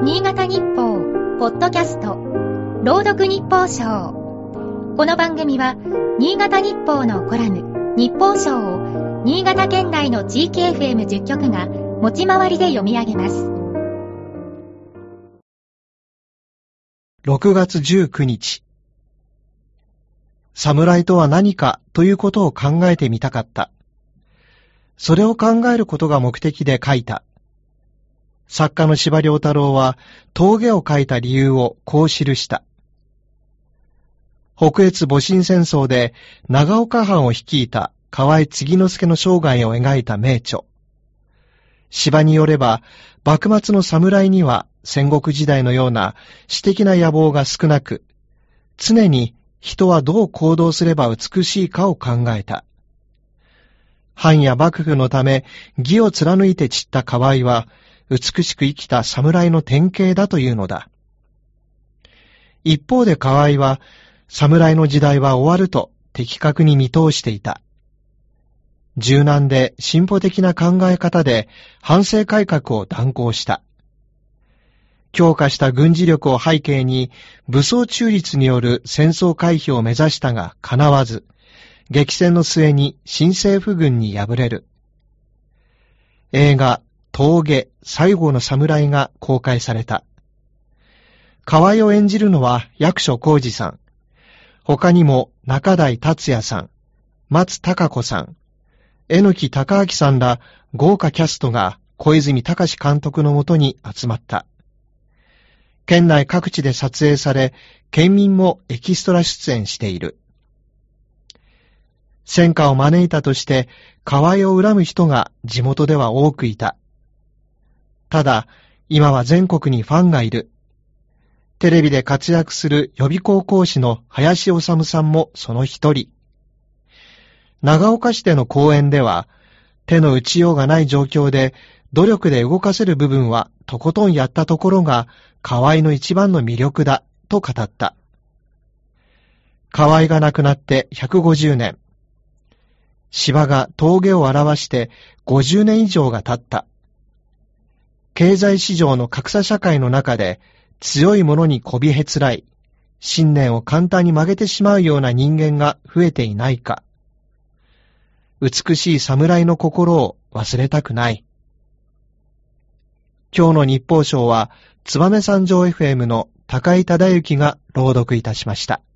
新潟日報ポッドキャスト朗読日報賞。この番組は新潟日報のコラム日報賞を新潟県内の地域 FM10 局が持ち回りで読み上げます。 6月19日、侍とは何かということを考えてみたかった。それを考えることが目的で書いた。作家の司馬遼太郎は峠を書いた理由をこう記した。北越戊辰戦争で長岡藩を率いた河合継之助の生涯を描いた名著。司馬によれば、幕末の侍には戦国時代のような私的な野望が少なく、常に人はどう行動すれば美しいかを考えた。藩や幕府のため義を貫いて散った河合は、美しく生きた侍の典型だというのだ。一方で河合は、侍の時代は終わると的確に見通していた。柔軟で進歩的な考え方で藩政改革を断行した。強化した軍事力を背景に武装中立による戦争回避を目指したが叶わず、激戦の末に新政府軍に敗れる。映画峠最後の侍が公開された。河合を演じるのは役所広司さん。他にも中台達也さん、松たか子さん、榎木孝明さんら豪華キャストが小泉隆監督のもとに集まった。県内各地で撮影され、県民もエキストラ出演している。戦火を招いたとして河合を恨む人が地元では多くいた。ただ、今は全国にファンがいる。テレビで活躍する予備校講師の林修さんもその一人。長岡市での講演では、手の打ちようがない状況で努力で動かせる部分はとことんやったところが河合の一番の魅力だと語った。河合が亡くなって150年。司馬が峠を表して50年以上が経った。経済市場の格差社会の中で強いものに媚びへつらい、信念を簡単に曲げてしまうような人間が増えていないか。美しい侍の心を忘れたくない。今日の日報賞は燕三条 FM の高井忠之が朗読いたしました。